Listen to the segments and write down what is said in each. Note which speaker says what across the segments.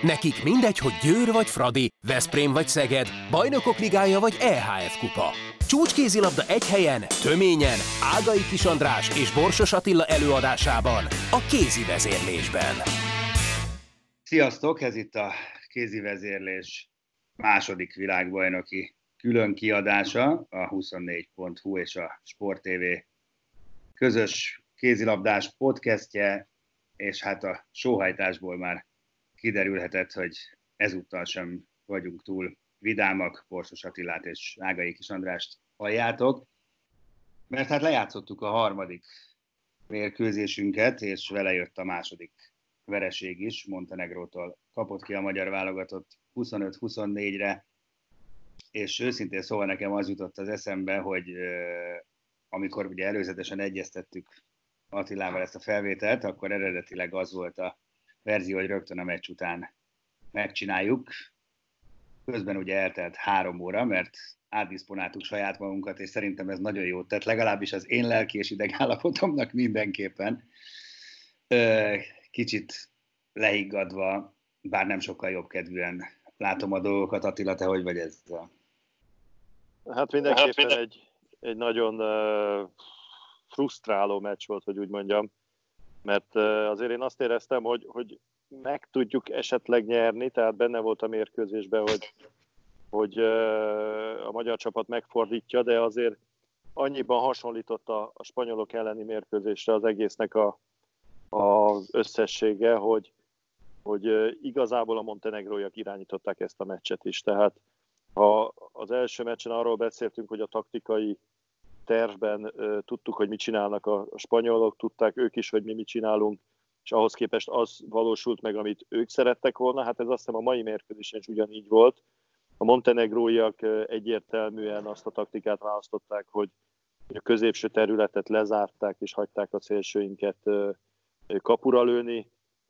Speaker 1: Nekik mindegy, hogy Győr vagy Fradi, Veszprém vagy Szeged, Bajnokok Ligája vagy EHF Kupa. Csúcskézilabda egy helyen, töményen, Ágai Kis András és Borsos Attila előadásában, a Kézi Vezérlésben.
Speaker 2: Sziasztok, ez itt a Kézi Vezérlés második világbajnoki külön kiadása, a 24.hu és a Sport TV közös kézilabdás podcastje, és hát a sóhajtásból már kiderülhetett, hogy ezúttal sem vagyunk túl vidámak, Borsos Attilát és Ágai Kis Andrást halljátok, mert hát lejátszottuk a harmadik mérkőzésünket, és vele jött a második vereség is, Montenegrótól kapott ki a magyar válogatott 25-24-re, és őszintén szóval nekem az jutott az eszembe, hogy amikor ugye előzetesen egyeztettük Attilával ezt a felvételt, akkor eredetileg az volt a verzió, hogy rögtön a meccs után megcsináljuk. Közben ugye eltelt 3 óra, mert átdiszponáltuk saját magunkat, és szerintem ez nagyon jót tett, legalábbis az én lelki és idegállapotomnak mindenképpen. Kicsit lehiggadva, bár nem sokkal jobb kedvűen látom a dolgokat. Attila, te hogy vagy ezzel?
Speaker 3: Hát mindenképpen egy nagyon frusztráló meccs volt, hogy úgy mondjam, mert azért én azt éreztem, hogy meg tudjuk esetleg nyerni, tehát benne volt a mérkőzésben, hogy a magyar csapat megfordítja, de azért annyiban hasonlított a spanyolok elleni mérkőzésre az egésznek az összessége, hogy igazából a montenegróiak irányították ezt a meccset is. Tehát ha az első meccsen arról beszéltünk, hogy a taktikai tervben tudtuk, hogy mit csinálnak a spanyolok, tudták ők is, hogy mi mit csinálunk, és ahhoz képest az valósult meg, amit ők szerettek volna. Hát ez azt hiszem a mai mérkőzésen is ugyanígy volt. A montenegróiak egyértelműen azt a taktikát választották, hogy a középső területet lezárták, és hagyták a szélsőinket kapura lőni.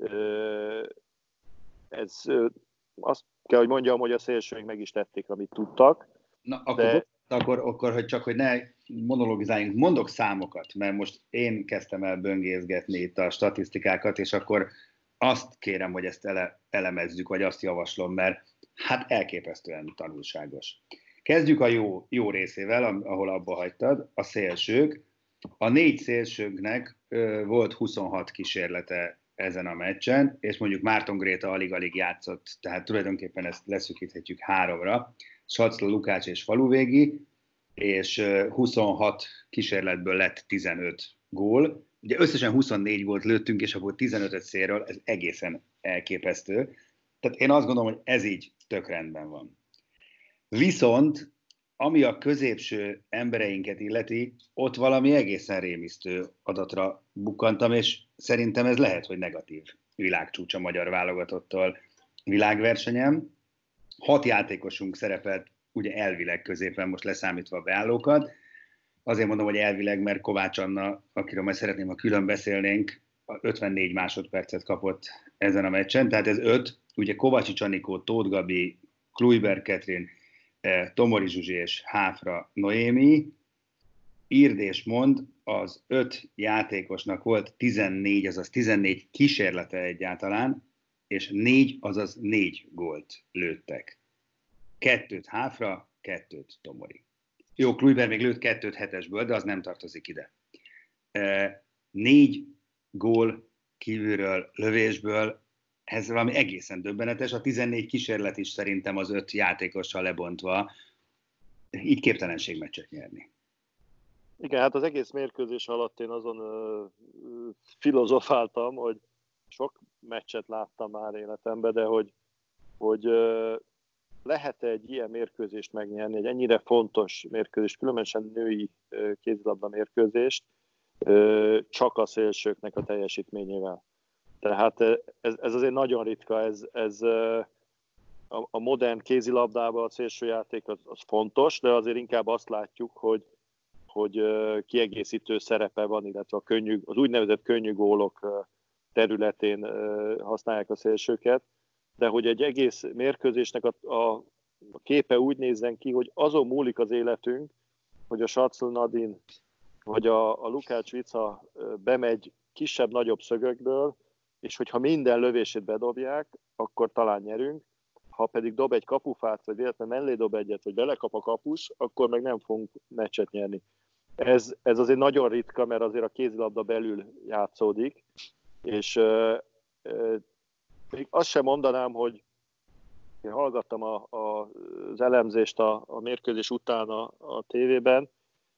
Speaker 3: Ez azt kell, hogy mondjam, hogy a szélsőink meg is tették, amit tudtak.
Speaker 2: Na, akkor hogy ne monologizáljunk, mondok számokat, mert most én kezdtem el böngészgetni itt a statisztikákat, és akkor azt kérem, hogy ezt elemezzük, vagy azt javaslom, mert hát elképesztően tanulságos. Kezdjük a jó részével, ahol abba hagytad, a szélsők. A 4 szélsőnknek volt 26 kísérlete ezen a meccsen, és mondjuk Márton Gréta alig-alig játszott, tehát tulajdonképpen ezt leszűkíthetjük 3-ra. Sacla, Lukács és Faluvégi, és 26 kísérletből lett 15 gól. Ugye összesen 24 gólt lőttünk, és abból 15-öt szélről, ez egészen elképesztő. Tehát én azt gondolom, hogy ez így tök rendben van. Viszont, ami a középső embereinket illeti, ott valami egészen rémisztő adatra bukkantam, és szerintem ez lehet, hogy negatív világcsúcs a magyar válogatottól világversenyem. 6 játékosunk szerepelt ugye elvileg középen, most leszámítva a beállókat. Azért mondom, hogy elvileg, mert Kovács Anna, akiről majd szeretném, ha külön beszélnénk, 54 másodpercet kapott ezen a meccsen, tehát ez 5, ugye Kovácsics Anikó, Tóth Gabi, Kluiber Ketrin, Tomori Zsuzsi és Háfra Noémi. Írd és mond, az 5 játékosnak volt 14, azaz 14 kísérlete egyáltalán, és 4, azaz 4 gólt lőttek. 2 Háfra, 2 Tomori. Jó, Kluiber még lőtt 2 7-esből, de az nem tartozik ide. 4 gól kívülről, lövésből, ez valami egészen döbbenetes. A 14 kísérlet is szerintem az 5 játékossal lebontva így képtelenségmeccset nyerni.
Speaker 3: Igen, hát az egész mérkőzés alatt én azon filozofáltam, hogy sok meccset láttam már életemben, de hogy lehet egy ilyen mérkőzést megnyerni, egy ennyire fontos mérkőzést, különösen női kézilabda mérkőzést, csak a szélsőknek a teljesítményével. Tehát ez azért nagyon ritka, ez a modern kézilabdában a szélsőjáték az fontos, de azért inkább azt látjuk, hogy kiegészítő szerepe van, illetve az úgynevezett könnyű gólok területén használják a szélsőket, de hogy egy egész mérkőzésnek a képe úgy nézzen ki, hogy azon múlik az életünk, hogy a Sacl Nadin vagy a Lukács Vica bemegy kisebb-nagyobb szögökből, és hogyha minden lövését bedobják, akkor talán nyerünk, ha pedig dob egy kapufát, vagy véletlenül mellé dob egyet, vagy belekap a kapus, akkor meg nem fogunk meccset nyerni. Ez azért nagyon ritka, mert azért a kézilabda belül játszódik, és még azt sem mondanám, hogy én hallgattam az elemzést a mérkőzés után a tévében,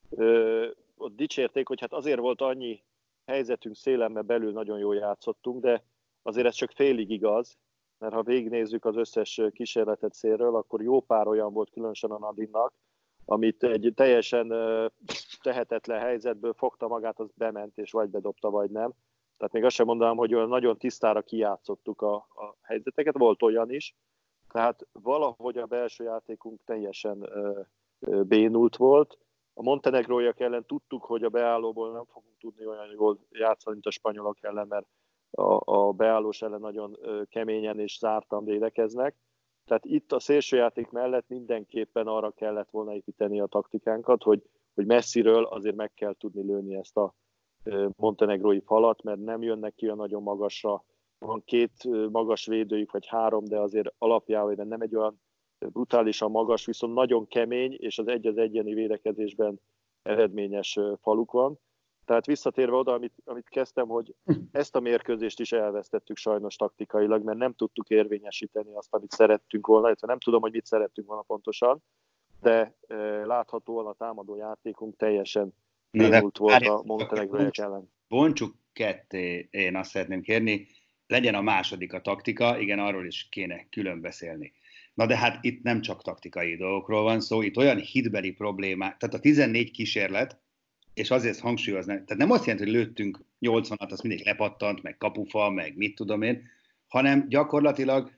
Speaker 3: ott dicsérték, hogy hát azért volt annyi helyzetünk szélen, mert belül nagyon jól játszottunk, de azért ez csak félig igaz, mert ha végignézzük az összes kísérletet szélről, akkor jó pár olyan volt, különösen a Nadinnak, amit egy teljesen tehetetlen helyzetből fogta magát, az bement, és vagy bedobta, vagy nem. Tehát még azt sem mondanám, hogy olyan nagyon tisztára kijátszottuk a helyzeteket, volt olyan is. Tehát valahogy a belső játékunk teljesen bénult volt. A montenegróiak ellen tudtuk, hogy a beállóból nem fogunk tudni olyan jól játszani, mint a spanyolok ellen, mert a beállós ellen nagyon keményen és zártan védekeznek. Tehát itt a szélsőjáték mellett mindenképpen arra kellett volna építeni a taktikánkat, hogy messziről azért meg kell tudni lőni ezt a montenegrói falat, mert nem jönnek ki a nagyon magasra. Van 2 magas védőjük, vagy 3, de azért alapjában nem egy olyan brutálisan magas, viszont nagyon kemény, és az egyeni védekezésben eredményes faluk van. Tehát visszatérve oda, amit kezdtem, hogy ezt a mérkőzést is elvesztettük sajnos taktikailag, mert nem tudtuk érvényesíteni azt, amit szerettünk volna, illetve nem tudom, hogy mit szerettünk volna pontosan, de láthatóan a támadó játékunk teljesen bénult volt a montenegróiak ellen.
Speaker 2: Bontsuk ketté, én azt szeretném kérni, legyen a második a taktika, igen, arról is kéne külön beszélni. Na de hát itt nem csak taktikai dolgokról van szó, itt olyan hitbeli problémák, tehát a 14 kísérlet, és azért hangsúlyozni, tehát nem azt jelenti, hogy lőttünk 80-at, az mindig lepattant, meg kapufa, meg mit tudom én, hanem gyakorlatilag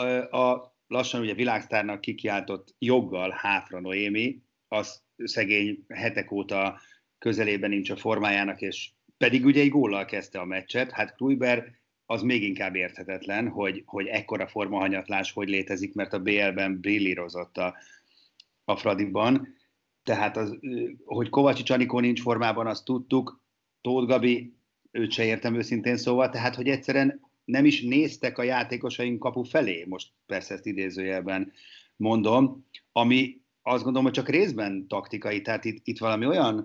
Speaker 2: a lassan ugye világsztárnak kikiáltott joggal Háfra Noémi, az szegény hetek óta közelében nincs a formájának, és pedig ugye egy góllal kezdte a meccset, hát Kluivert az még inkább érthetetlen, hogy ekkora formahanyatlás hogy létezik, mert a BL-ben brillírozott a Fradiban. Tehát, hogy Kovácsics Anikó nincs formában, azt tudtuk, Tóth Gabi, őt se értem őszintén szóval, tehát, hogy egyszerűen nem is néztek a játékosaink kapu felé, most persze ezt idézőjelben mondom, ami azt gondolom, hogy csak részben taktikai, tehát itt valami olyan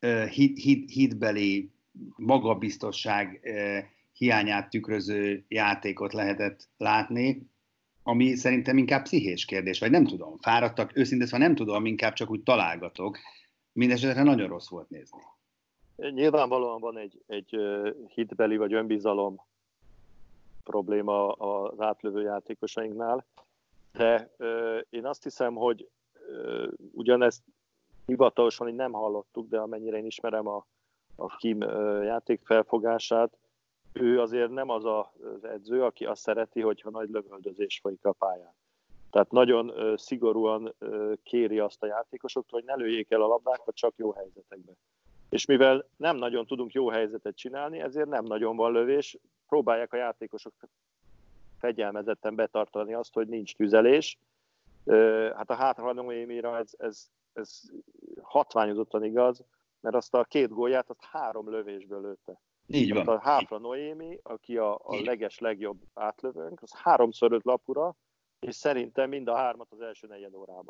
Speaker 2: hitbeli magabiztosság hiányát tükröző játékot lehetett látni, ami szerintem inkább pszichés kérdés, vagy nem tudom, fáradtak, őszintén szóval nem tudom, inkább csak úgy találgatok. Mindenesetre nagyon rossz volt nézni.
Speaker 3: Nyilvánvalóan van egy hitbeli vagy önbizalom probléma az átlövő játékosainknál, de én azt hiszem, hogy ugyanezt hivatalosan így nem hallottuk, de amennyire én ismerem a Kim játékfelfogását, ő azért nem az az edző, aki azt szereti, hogyha nagy lövöldözés folyik a pályán. Tehát nagyon szigorúan kéri azt a játékosoktól, hogy ne lőjék el a labdákat csak jó helyzetekben. És mivel nem nagyon tudunk jó helyzetet csinálni, ezért nem nagyon van lövés, próbálják a játékosok fegyelmezetten betartani azt, hogy nincs tüzelés. Hát a Háfra Noémira ez hatványozottan igaz, mert azt a 2 gólját azt 3 lövésből lőtte.
Speaker 2: Így van.
Speaker 3: A Háfra Noémi, aki a legjobb átlövőnk, az 3-szor lőtt lapura, és szerintem mind a 3-at az első negyed órában.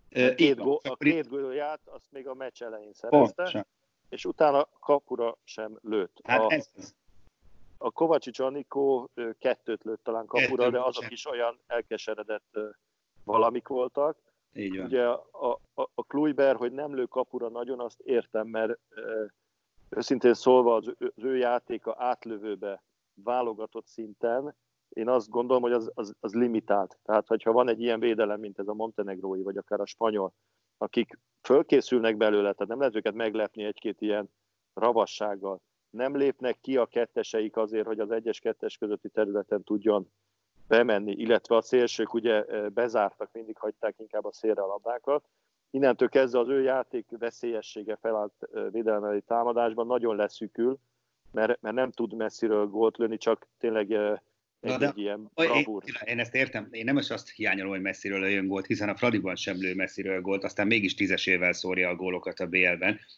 Speaker 3: A 2 gólját azt még a meccs elején szerezte, és utána kapura sem lőtt.
Speaker 2: Hát
Speaker 3: a Kovácsics Anikó 2 lőtt talán kapura, de azok is olyan elkeseredett valamik voltak.
Speaker 2: Így van.
Speaker 3: Ugye a Kluivert, hogy nem lő kapura nagyon, azt értem, mert őszintén szólva az ő játéka átlövőbe válogatott szinten, én azt gondolom, hogy az limitált. Tehát, hogyha van egy ilyen védelem, mint ez a montenegrói, vagy akár a spanyol, akik fölkészülnek belőle, tehát nem lehet őket meglepni egy-két ilyen ravassággal. Nem lépnek ki a ketteseik azért, hogy az 1-2 közötti területen tudjon bemenni, illetve a szélsők ugye bezártak, mindig hagyták inkább a szélre a labdákat. Innentől kezdve az ő játék veszélyessége felállt védelmi támadásban nagyon leszűkül, mert nem tud messziről gólt lőni, csak tényleg egy ilyen bravúr.
Speaker 2: Én ezt értem, én nem is azt hiányolom, hogy messziről lőjön gólt, hiszen a Fradiban sem lő messziről gólt, aztán mégis 10-esével szórja a gólokat a BL-ben.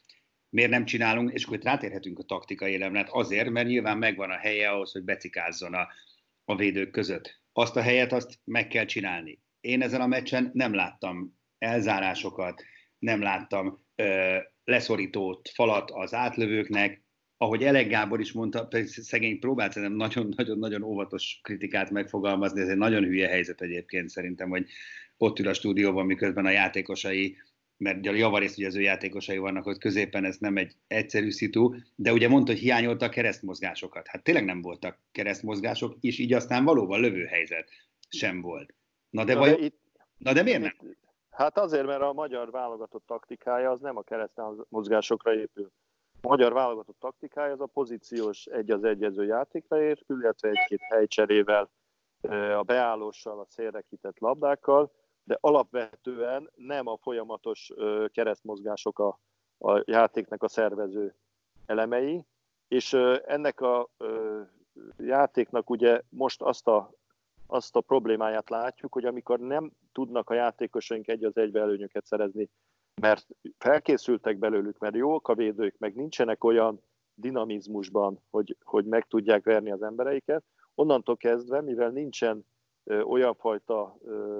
Speaker 2: miért nem csinálunk, és akkor itt rátérhetünk a taktikai elemre, hát azért, mert nyilván megvan a helye ahhoz, hogy becikázzon a védők között. Azt a helyet, azt meg kell csinálni. Én ezen a meccsen nem láttam elzárásokat, nem láttam leszorított falat az átlövőknek, ahogy Elek Gábor is mondta, pedig szegény próbált nagyon-nagyon óvatos kritikát megfogalmazni, ez egy nagyon hülye helyzet egyébként szerintem, hogy ott ül a stúdióban, miközben a játékosai, mert javarészt ugye az ő játékosai vannak ott középen, ez nem egy egyszerű szitu, de ugye mondta, hogy hiányolta a keresztmozgásokat. Hát tényleg nem voltak keresztmozgások, és így aztán valóban lövőhelyzet sem volt. Na de miért nem?
Speaker 3: Hát azért, mert a magyar válogatott taktikája az nem a keresztmozgásokra épül. A magyar válogatott taktikája az a pozíciós egy az egyező játékra épül, illetve egy-két helycserével, a beállóssal, a szélre kitett labdákkal, de alapvetően nem a folyamatos keresztmozgások a játéknak a szervező elemei, és ennek a játéknak ugye most azt a problémáját látjuk, hogy amikor nem tudnak a játékosaink egy az egybe előnyöket szerezni, mert felkészültek belőlük, mert jók a védők, meg nincsenek olyan dinamizmusban, hogy meg tudják verni az embereiket, onnantól kezdve, mivel nincsen olyan fajta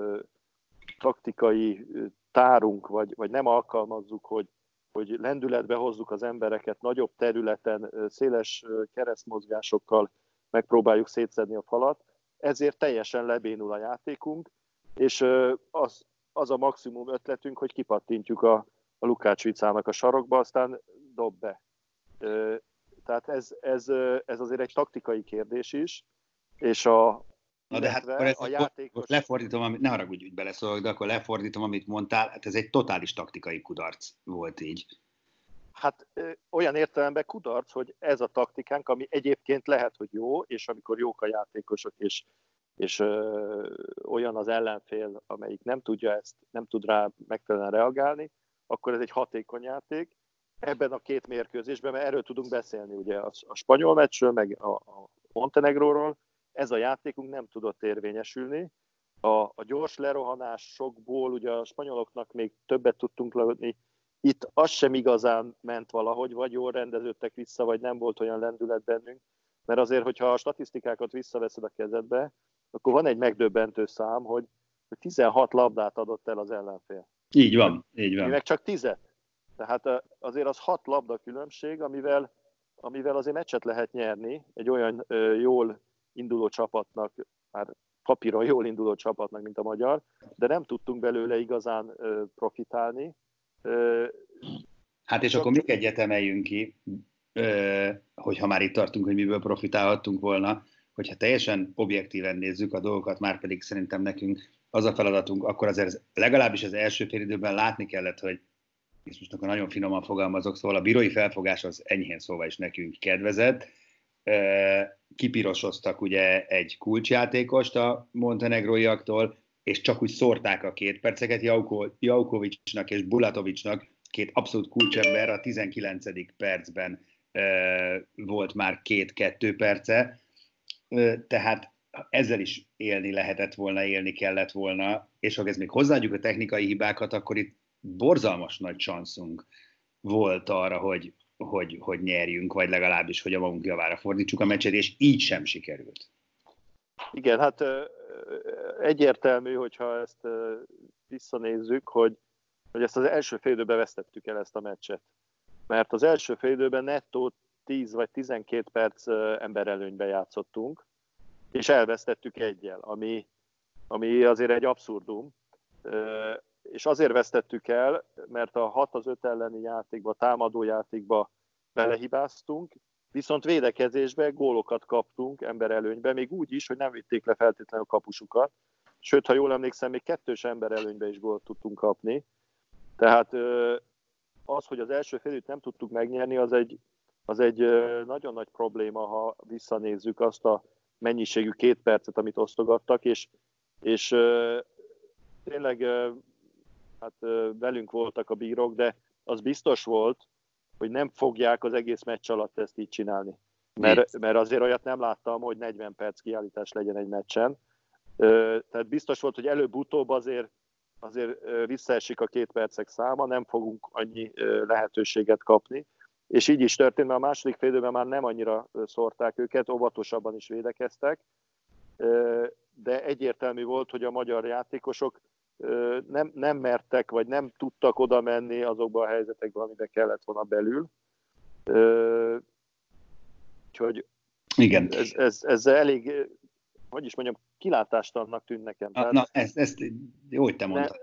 Speaker 3: taktikai tárunk, vagy nem alkalmazzuk, hogy lendületbe hozzuk az embereket, nagyobb területen, széles keresztmozgásokkal megpróbáljuk szétszedni a falat, ezért teljesen lebénul a játékunk, és az a maximum ötletünk, hogy kipattintjuk a Lukács Vicának a sarokba, aztán dob be. Tehát ez azért egy taktikai kérdés is, és
Speaker 2: Na de hát akkor játékos... lefordítom, ne haragudj, hogy beleszólok, de akkor lefordítom, amit mondtál, hát ez egy totális taktikai kudarc volt így.
Speaker 3: Hát olyan értelemben kudarc, hogy ez a taktikánk, ami egyébként lehet, hogy jó, és amikor jók a játékosok, és olyan az ellenfél, amelyik nem tudja ezt, nem tud rá megfelelően reagálni, akkor ez egy hatékony játék. Ebben a két mérkőzésben, mert erről tudunk beszélni, ugye a spanyol meccsről, meg a Montenegróról, ez a játékunk nem tudott érvényesülni. A gyors lerohanásokból, ugye a spanyoloknak még többet tudtunk lőni, itt az sem igazán ment valahogy, vagy jól rendeződtek vissza, vagy nem volt olyan lendület bennünk. Mert azért, hogyha a statisztikákat visszaveszed a kezedbe, akkor van egy megdöbbentő szám, hogy 16 labdát adott el az ellenfél.
Speaker 2: Így van, így van.
Speaker 3: Mi meg csak 10. Tehát azért az 6 labda különbség, amivel azért meccset lehet nyerni egy olyan jól induló csapatnak, már papíron jól induló csapatnak, mint a magyar, de nem tudtunk belőle igazán profitálni.
Speaker 2: Hát és akkor még egyet emeljünk ki, hogyha már itt tartunk, hogy miből profitálhattunk volna, hogyha teljesen objektíven nézzük a dolgokat, már pedig szerintem nekünk az a feladatunk, akkor azért legalábbis az első félidőben látni kellett, hogy, és most akkor nagyon finoman fogalmazok, szóval a bírói felfogás az enyhén szóval is nekünk kedvezett. Kipirosoztak ugye egy kulcsjátékost a montenegróiaktól, és csak úgy szórták a 2 perceket Jaukovicsnak és Bulatovicsnak, 2 abszolút kulcsember, a 19. percben volt már 2 perce, tehát ezzel is élni lehetett volna, élni kellett volna, és ha ez még hozzáadjuk a technikai hibákat, akkor itt borzalmas nagy csanszunk volt arra, hogy nyerjünk, vagy legalábbis, hogy a magunk javára fordítsuk a meccset, és így sem sikerült.
Speaker 3: Igen, hát egyértelmű, hogyha ezt visszanézzük, hogy ezt az első félidőben vesztettük el ezt a meccset. Mert az első félidőben nettó 10 vagy 12 perc emberelőnyben játszottunk, és elvesztettük 1-jel, ami azért egy abszurdum. És azért vesztettük el, mert a 6-5 elleni játékba, támadó játékba belehibáztunk, viszont védekezésben gólokat kaptunk emberelőnyben, még úgy is, hogy nem vitték le feltétlenül a kapusukat. Sőt, ha jól emlékszem, még 2 emberelőnyben is gólt tudtunk kapni. Tehát az, hogy az első félidőt nem tudtuk megnyerni, az egy nagyon nagy probléma, ha visszanézzük azt a mennyiségű 2 percet, amit osztogattak, és tényleg hát velünk voltak a bírók, de az biztos volt, hogy nem fogják az egész meccs alatt ezt így csinálni. Mert azért olyat nem láttam, hogy 40 perc kiállítás legyen egy meccsen. Tehát biztos volt, hogy előbb-utóbb azért visszaesik a 2 percek száma, nem fogunk annyi lehetőséget kapni. és így is történt, mert a második fél időben már nem annyira szórták őket, óvatosabban is védekeztek, de egyértelmű volt, hogy a magyar játékosok nem mertek, vagy nem tudtak oda menni azokba a helyzetekbe, amiben kellett volna belül. Úgyhogy
Speaker 2: igen.
Speaker 3: ez elég, hogy is mondjam, kilátástalannak tűnt nekem.
Speaker 2: Ezt jó, hogy te mondtad.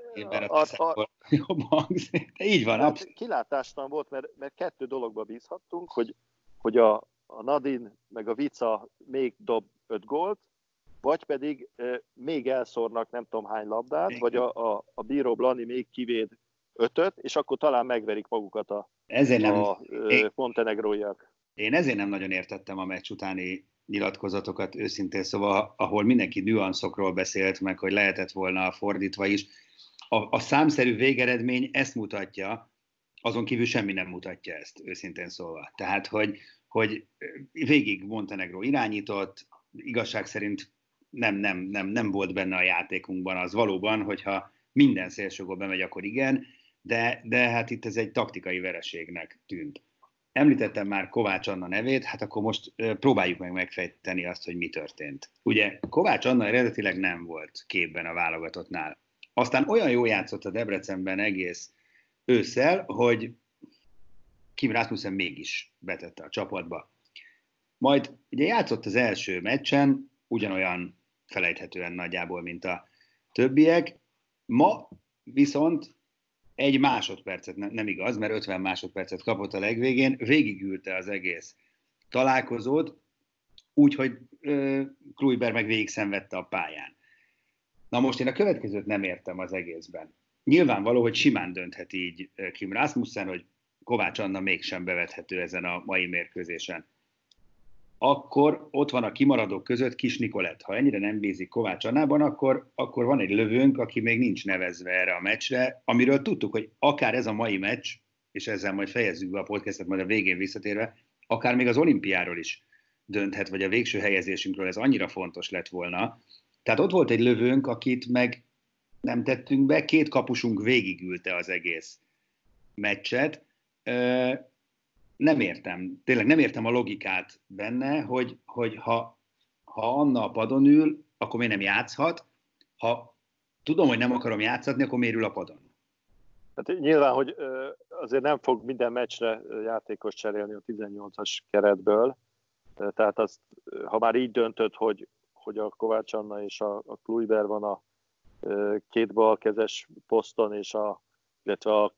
Speaker 2: Jobb hangzik. Így van, abszolút.
Speaker 3: Kilátástalan volt, mert kettő dologba bízhattunk, hogy a Nadine meg a Vica még dob 5 gólt, vagy pedig még elszórnak nem tudom hány labdát, igen. Vagy a bíró Blani még kivéd 5-öt, és akkor talán megverik magukat a montenegróiak.
Speaker 2: Én ezért nem nagyon értettem a meccs utáni nyilatkozatokat, őszintén szóval, ahol mindenki nüanszokról beszélt, meg hogy lehetett volna fordítva is. A számszerű végeredmény ezt mutatja, azon kívül semmi nem mutatja ezt, őszintén szólva. Tehát, hogy végig Montenegró irányított, igazság szerint nem volt benne a játékunkban az valóban, hogyha minden szélsőgól bemegy, akkor igen, de hát itt ez egy taktikai vereségnek tűnt. Említettem már Kovács Anna nevét, hát akkor most próbáljuk meg megfejteni azt, hogy mi történt. Ugye Kovács Anna eredetileg nem volt képben a válogatottnál. Aztán olyan jól játszott a Debrecenben egész ősszel, hogy Kim Rasmussen mégis betette a csapatba. Majd ugye játszott az első meccsen, ugyanolyan felejthetően nagyjából, mint a többiek. Ma viszont egy másodpercet, nem igaz, mert 50 másodpercet kapott a legvégén, végigülte az egész találkozót, úgyhogy Kluiber meg végig szenvedte a pályán. Na most én a következőt nem értem az egészben. Nyilvánvaló, hogy simán dönthet így Kim Rasmussen, hogy Kovács Anna mégsem bevethető ezen a mai mérkőzésen. Akkor ott van a kimaradók között Kis Nikolett. Ha ennyire nem bízik Kovács Annában, akkor van egy lövőnk, aki még nincs nevezve erre a meccsre, amiről tudtuk, hogy akár ez a mai meccs, és ezzel majd fejezzük be a podcastet, majd a végén visszatérve, akár még az olimpiáról is dönthet, vagy a végső helyezésünkről ez annyira fontos lett volna. Tehát ott volt egy lövőnk, akit meg nem tettünk be, 2 kapusunk végigülte az egész meccset. Nem értem, tényleg nem értem a logikát benne, hogy ha Anna a padon ül, akkor miért nem játszhat, ha tudom, hogy nem akarom játszatni, akkor miért ül a padon?
Speaker 3: Hát nyilván, hogy azért nem fog minden meccsre játékos cserélni a 18-as keretből, tehát azt, ha már így döntött, hogy a Kovács Anna és a Kluiber van a 2 balkezes poszton, illetve a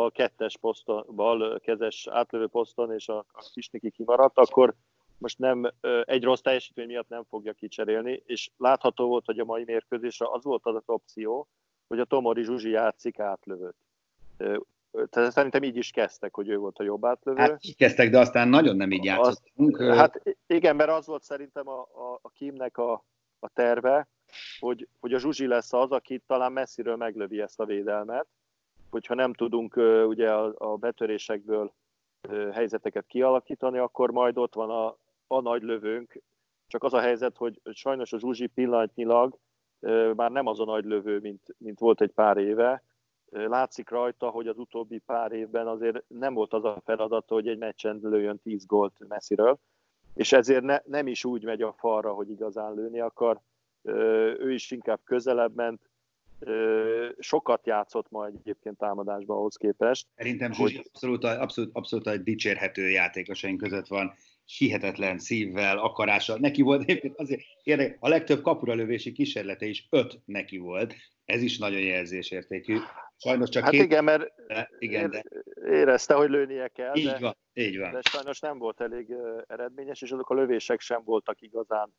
Speaker 3: bal kezes átlövő poszton, és a Kisniki kimaradt, akkor most nem egy rossz teljesítmény miatt nem fogja kicserélni, és látható volt, hogy a mai mérkőzésre az volt az opció, hogy a Tomori Zsuzsi játszik átlövőt. Tehát szerintem így is kezdtek, hogy ő volt a jobb átlövő.
Speaker 2: Hát így kezdtek, de aztán nagyon nem így játszottunk.
Speaker 3: Hát igen, mert az volt szerintem a Kimnek a terve, hogy a Zsuzsi lesz az, aki talán messziről meglövi ezt a védelmet, hogyha nem tudunk ugye a betörésekből helyzeteket kialakítani, akkor majd ott van a nagy lövőnk. Csak az a helyzet, hogy sajnos a Zsuzsi pillanatnyilag már nem az a nagy lövő, mint volt egy pár éve. Látszik rajta, hogy az utóbbi pár évben azért nem volt az a feladata, hogy egy meccsen lőjön 10 gólt messziről, és ezért nem is úgy megy a falra, hogy igazán lőni akar. Ő is inkább közelebb ment, sokat játszott majd egyébként támadásban ahhoz képest.
Speaker 2: Szerintem Zsuzsi abszolút a dicsérhető játékosaink között van, hihetetlen szívvel, akarással. Neki volt egyébként azért érdekes, a legtöbb kapuralövési kísérlete is 5 neki volt. Ez is nagyon jelzésértékű. Sajnos csak
Speaker 3: hát
Speaker 2: 2...
Speaker 3: igen, mert érezte, hogy lőnie kell,
Speaker 2: így van.
Speaker 3: De sajnos nem volt elég eredményes, és azok a lövések sem voltak igazán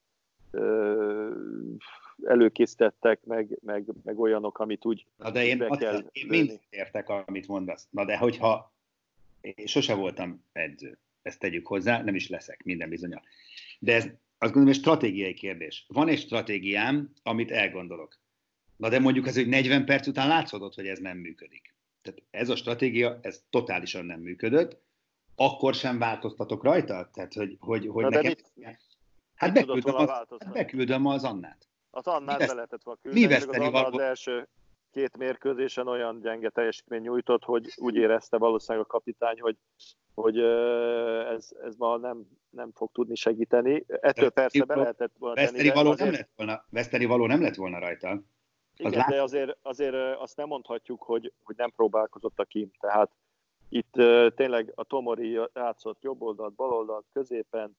Speaker 3: előkészítettek, meg olyanok, amit úgy
Speaker 2: de én mind értek, amit mondasz. Na de hogyha én sose voltam edző, ezt tegyük hozzá, nem is leszek minden bizonnyal. De ez azt gondolom, egy stratégiai kérdés. Van egy stratégiám, amit elgondolok. Na de mondjuk ez, hogy 40 perc után látszódott, hogy ez nem működik. Tehát ez a stratégia, ez totálisan nem működött. Akkor sem változtatok rajta? Tehát, hogy nekem... Hát beküldöm az Annát.
Speaker 3: Az Annát be lehetett volna küldeni, az Anna az első 2 mérkőzésen olyan gyenge teljesítmény nyújtott, hogy úgy érezte valószínűleg a kapitány, ez ma nem fog tudni segíteni. Ettől persze be lehetett volna tenni.
Speaker 2: Veszteni való nem lett volna rajta.
Speaker 3: Igen, de azért azt nem mondhatjuk, hogy nem próbálkozott a Kim. Tehát itt tényleg a Tomori játszott jobb oldalt, bal oldalt, középen,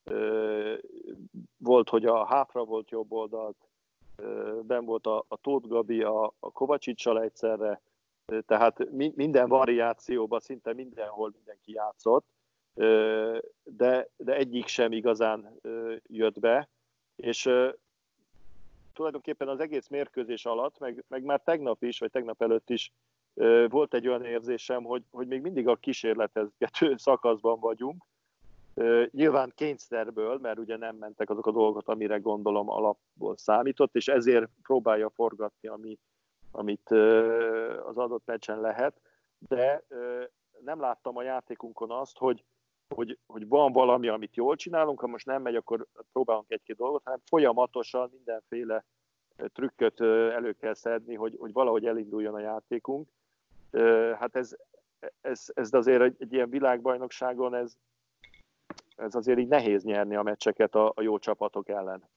Speaker 3: volt, hogy a hátra volt jobb oldalt, benn volt a Tóth Gabi, a Kovacsicssal egyszerre, tehát minden variációban, szinte mindenhol mindenki játszott, de egyik sem igazán jött be, és tulajdonképpen az egész mérkőzés alatt, meg már tegnap is, vagy tegnap előtt is volt egy olyan érzésem, hogy még mindig a kísérletezgető szakaszban vagyunk. Nyilván kényszerből, mert ugye nem mentek azok a dolgok, amire gondolom alapból számított, és ezért próbálja forgatni, amit az adott meccsen lehet, de nem láttam a játékunkon azt, hogy van valami, amit jól csinálunk, ha most nem megy, akkor próbálunk egy-két dolgot, hanem folyamatosan mindenféle trükköt elő kell szedni, hogy valahogy elinduljon a játékunk. Hát ez azért egy ilyen világbajnokságon ez azért így nehéz nyerni a meccseket a jó csapatok ellen.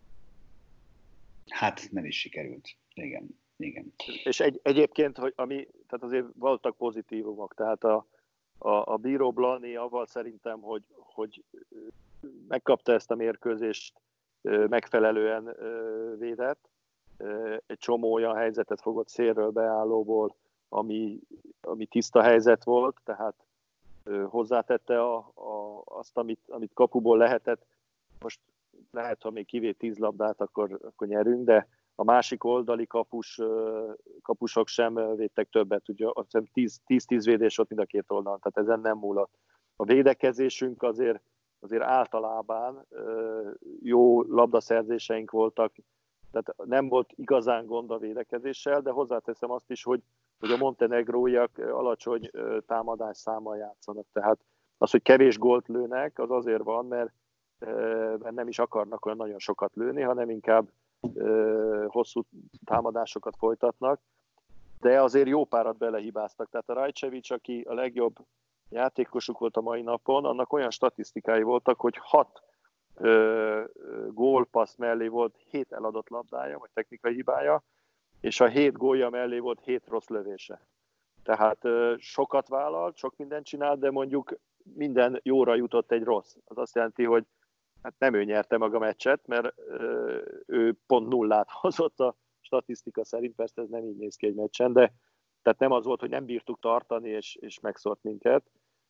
Speaker 2: Hát nem is sikerült. Igen.
Speaker 3: És egyébként, tehát azért voltak pozitívumok, tehát a bíró Blani avval szerintem, hogy megkapta ezt a mérkőzést, megfelelően védett. Egy csomó olyan helyzetet fogott szélről beállóból, ami tiszta helyzet volt, tehát hozzátette azt, amit kapuból lehetett. Most lehet, ha még kivéd 10 labdát, akkor nyerünk, de a másik oldali kapusok sem védtek többet. Ugye azt hiszem 10-10 védés volt mind a két oldalon, tehát ezen nem múlott. A védekezésünk azért általában jó labdaszerzéseink voltak, tehát nem volt igazán gond a védekezéssel, de hozzáteszem azt is, hogy a montenegróiak alacsony támadás számmal játszanak. Tehát az, hogy kevés gólt lőnek, az azért van, mert nem is akarnak olyan nagyon sokat lőni, hanem inkább hosszú támadásokat folytatnak, de azért jó párat belehibáztak. Tehát a Rajcevic, aki a legjobb játékosuk volt a mai napon, annak olyan statisztikái voltak, hogy 6 gólpassz mellé volt 7 eladott labdája, vagy technikai hibája, és a 7 gólja mellé volt 7 rossz lövése. Tehát sokat vállalt, sok mindent csinált, de mondjuk minden jóra jutott egy rossz. Az azt jelenti, hogy hát nem ő nyerte meg a meccset, mert ő pont nullát hozott a statisztika szerint, persze ez nem így néz ki egy meccsen, de tehát nem az volt, hogy nem bírtuk tartani és megszórt minket,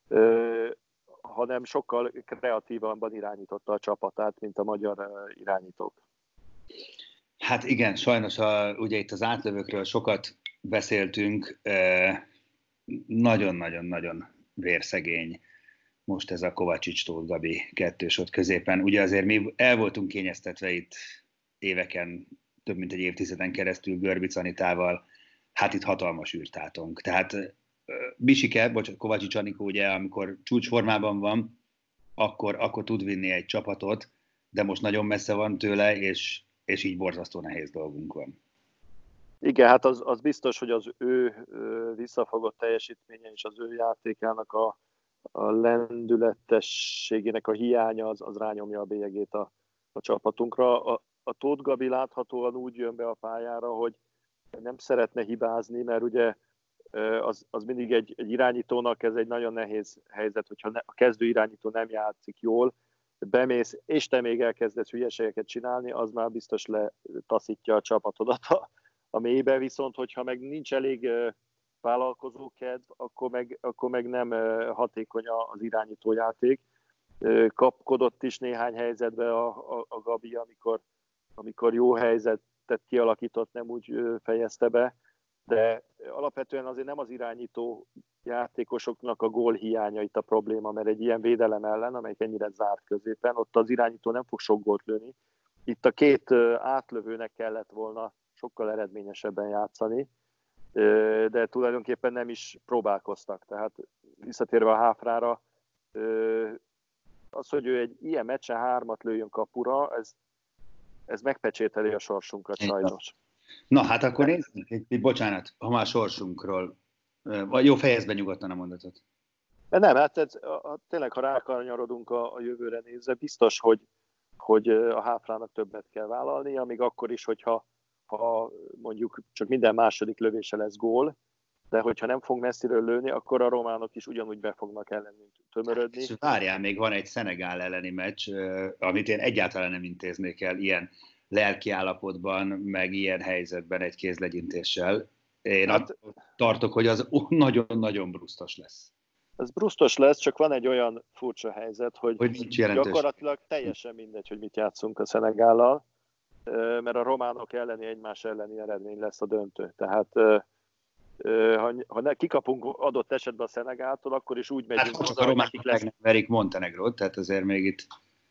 Speaker 3: hanem sokkal kreatívabban irányította a csapatát, mint a magyar irányítók.
Speaker 2: Hát igen, sajnos ugye itt az átlövőkről sokat beszéltünk, nagyon-nagyon-nagyon vérszegény most ez a Kovácsics-Tóth Gabi kettős ott középen. Ugye azért mi el voltunk kényeztetve itt éveken, több mint egy évtizeden keresztül Görbic Anitával, hát itt hatalmas űrtátunk. Tehát Bisike, Kovácsics Anikó ugye, amikor csúcsformában van, akkor tud vinni egy csapatot, de most nagyon messze van tőle, és így borzasztó nehéz dolgunk van.
Speaker 3: Igen, hát az biztos, hogy az ő visszafogott teljesítménye és az ő játékának a lendületességének a hiánya az rányomja a bélyegét a csapatunkra. A Tóth Gabi láthatóan úgy jön be a pályára, hogy nem szeretne hibázni, mert ugye az mindig egy irányítónak ez egy nagyon nehéz helyzet, hogyha a kezdő irányító nem játszik jól, bemész, és te még elkezdesz hülyeségeket csinálni, az már biztos letaszítja a csapatodat a mélybe, viszont hogyha meg nincs elég vállalkozókedv, akkor meg nem hatékony az irányítójáték. Kapkodott is néhány helyzetben a Gabi, amikor jó helyzetet kialakított, nem úgy fejezte be, de alapvetően azért nem az irányító játékosoknak a gól hiánya itt a probléma, mert egy ilyen védelem ellen, amelyik ennyire zárt középen, ott az irányító nem fog sok gólt lőni. Itt a két átlövőnek kellett volna sokkal eredményesebben játszani, de tulajdonképpen nem is próbálkoztak. Tehát visszatérve a Háfrára, az, hogy ő egy ilyen meccsen 3 lőjön kapura, ez megpecsételi a sorsunkat sajnos.
Speaker 2: Na, hát akkor nézzük, bocsánat, ha már sorsunkról. Jó, fejezd be nyugodtan a mondatot.
Speaker 3: De nem, hát tényleg, ha rákanyarodunk a jövőre nézve, biztos, hogy a Háfrának többet kell vállalnia, még akkor is, hogyha mondjuk csak minden második lövése lesz gól, de hogyha nem fog messziről lőni, akkor a románok is ugyanúgy be fognak ellenünk tömörödni.
Speaker 2: És várjál, még van egy Szenegál elleni meccs, amit én egyáltalán nem intéznék el ilyen lelki állapotban, meg ilyen helyzetben egy kézlegyintéssel. Én tartok, hogy az nagyon-nagyon brusztos lesz.
Speaker 3: Ez brusztos lesz, csak van egy olyan furcsa helyzet, hogy
Speaker 2: nincs jelentős.
Speaker 3: Gyakorlatilag teljesen mindegy, hogy mit játszunk a Szenegállal, mert a románok elleni egymás elleni eredmény lesz a döntő. Tehát ha kikapunk adott esetben a Szenegáltól, akkor is úgy megyünk.
Speaker 2: Hát csak a románok meg nem verik Montenegrót, tehát azért még itt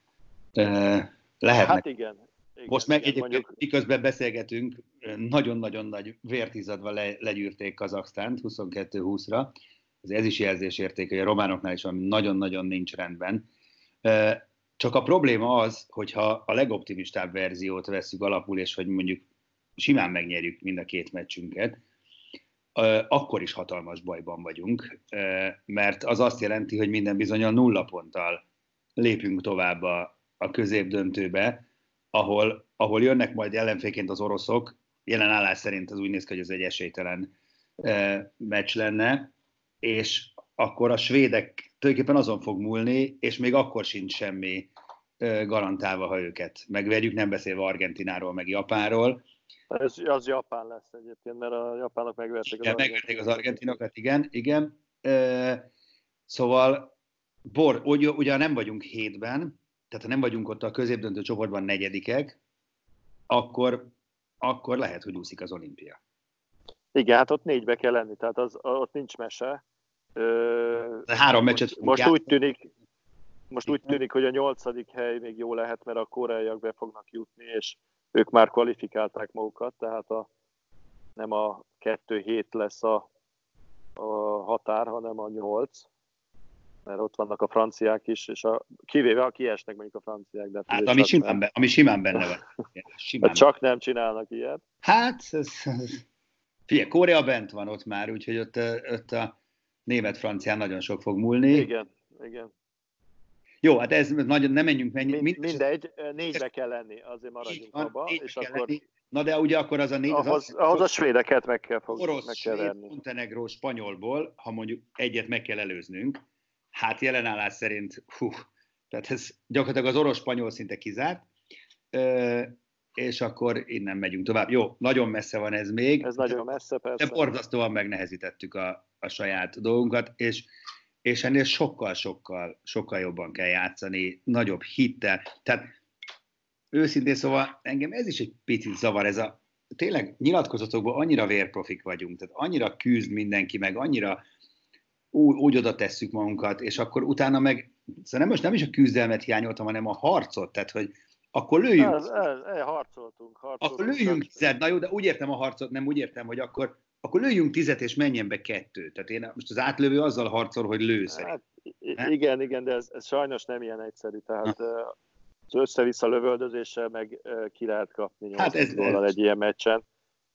Speaker 2: lehetnek.
Speaker 3: Hát igen.
Speaker 2: Most meg egyébként miközben beszélgetünk, nagyon-nagyon nagy vért izzadva legyűrték Kazaksztánt 22-20-ra. Ez is jelzésérték, hogy a románoknál is valami nagyon-nagyon nincs rendben. Csak a probléma az, hogyha a legoptimistább verziót vesszük alapul, és hogy mondjuk simán megnyerjük mind a két meccsünket, akkor is hatalmas bajban vagyunk, mert az azt jelenti, hogy minden bizonnyal 0 ponttal lépünk tovább a középdöntőbe, ahol jönnek majd ellenfélként az oroszok. Jelen állás szerint az úgy néz ki, hogy ez egy esélytelen meccs lenne, és akkor a svédek tulajdonképpen azon fog múlni, és még akkor sincs semmi garantálva, ha őket megverjük, nem beszélve Argentináról, meg Japánról.
Speaker 3: Az Japán lesz egyébként, mert a japánok megverték
Speaker 2: az argentinokat, igen. Szóval, ugye nem vagyunk 7-ben, tehát ha nem vagyunk ott a középdöntő csoportban 4-ek, akkor lehet, hogy úszik az olimpia.
Speaker 3: Igen, hát ott 4-be kell lenni, tehát ott nincs mese.
Speaker 2: De 3 meccset
Speaker 3: most úgy tűnik, hogy a 8. hely még jó lehet, mert a koreaiak be fognak jutni, és ők már kvalifikálták magukat, tehát nem a 2-7 lesz a határ, hanem a 8, mert ott vannak a franciák is, és kivéve, ha kiesnek mondjuk a franciák. De
Speaker 2: hát ami simán benne van.
Speaker 3: Simán csak nem csinálnak ilyet.
Speaker 2: Hát, figyelj, Korea bent van ott már, úgyhogy ott a német-francián nagyon sok fog múlni.
Speaker 3: Igen.
Speaker 2: Jó, hát ez nagyon nem menjünk.
Speaker 3: Mindegy, 4-be kell lenni, azért maradjunk abba. És akkor...
Speaker 2: Na de ugye akkor az a 4...
Speaker 3: Ahhoz a svédeket meg kell
Speaker 2: orosz,
Speaker 3: verni.
Speaker 2: Montenegró, spanyolból, ha mondjuk egyet meg kell előznünk, hát jelenállás szerint, tehát ez gyakorlatilag az orosz-spanyol szinte kizárt, és akkor innen megyünk tovább. Jó, nagyon messze van ez még.
Speaker 3: Ez nagyon messze, persze.
Speaker 2: De borzasztóan megnehezítettük a saját dolgunkat, és ennél sokkal jobban kell játszani, nagyobb hittel. Tehát őszintén szóval engem ez is egy picit zavar, tényleg nyilatkozatokban annyira vérprofik vagyunk, tehát annyira küzd mindenki, meg annyira úgy oda tesszük magunkat, és akkor utána meg, szóval most nem is a küzdelmet hiányoltam, hanem a harcot, tehát hogy akkor lőjünk.
Speaker 3: Harcoltunk.
Speaker 2: Akkor lőjünk 10, na jó, de úgy értem a harcot, nem úgy értem, hogy akkor lőjünk 10 és menjen be 2. Tehát én most az átlövő azzal harcol, hogy lő szerint.
Speaker 3: Hát, igen, de ez sajnos nem ilyen egyszerű. Tehát az össze-vissza lövöldözéssel meg ki lehet kapni 8 góllal egy ilyen meccsen.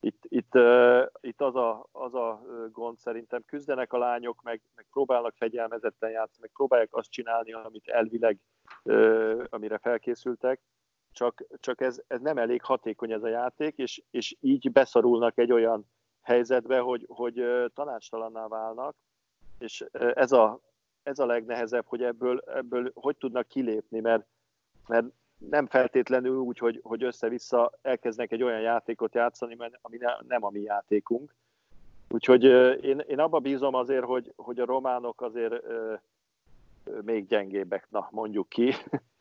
Speaker 3: Itt az a gond szerintem, küzdenek a lányok, meg próbálnak fegyelmezetten játszani, meg próbálják azt csinálni, amit elvileg, amire felkészültek, csak ez nem elég hatékony ez a játék, és így beszorulnak egy olyan helyzetbe, hogy tanácstalanná válnak, és ez a legnehezebb, hogy ebből hogy tudnak kilépni, mert nem feltétlenül úgy, hogy össze-vissza elkezdenek egy olyan játékot játszani, ami nem a mi játékunk. Úgyhogy én abba bízom azért, hogy a románok azért még gyengébbek, na mondjuk ki,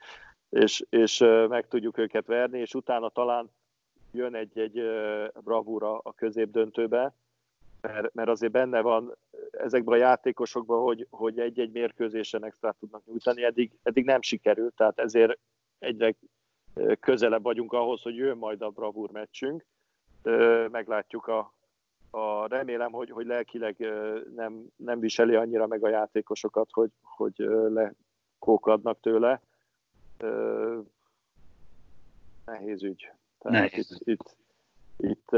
Speaker 3: és meg tudjuk őket verni, és utána talán jön egy bravúra a középdöntőbe, mert azért benne van ezekben a játékosokban, hogy egy-egy mérkőzésen extra tudnak nyújtani, eddig nem sikerült, tehát ezért egyre közelebb vagyunk ahhoz, hogy jön majd a bravúr meccsünk. Meglátjuk remélem, hogy lelkileg nem viseli annyira meg a játékosokat, hogy lekókladnak tőle. Nehéz ügy. Tehát itt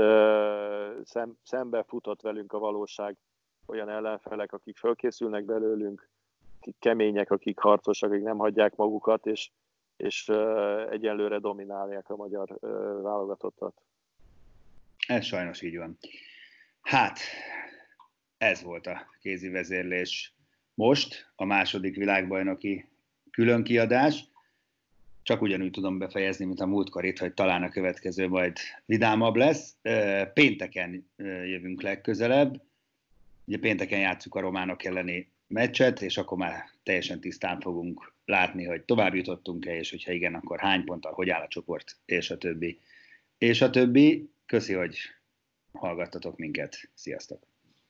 Speaker 3: szembe futott velünk a valóság, olyan ellenfelek, akik fölkészülnek belőlünk, kemények, akik harcosak, akik nem hagyják magukat, és egyenlőre dominálják a magyar válogatottat.
Speaker 2: Ez sajnos így van. Hát, ez volt a kézi vezérlés most, a második világbajnoki különkiadás. Csak ugyanúgy tudom befejezni, mint a múltkor itt, hogy talán a következő majd vidámabb lesz. Pénteken jövünk legközelebb. Ugye pénteken játsszuk a románok elleni meccset, és akkor már teljesen tisztán fogunk látni, hogy tovább jutottunk-e, és hogyha igen, akkor hány ponttal, hogy áll a csoport, és a többi. És a többi. Köszi, hogy hallgattatok minket. Sziasztok!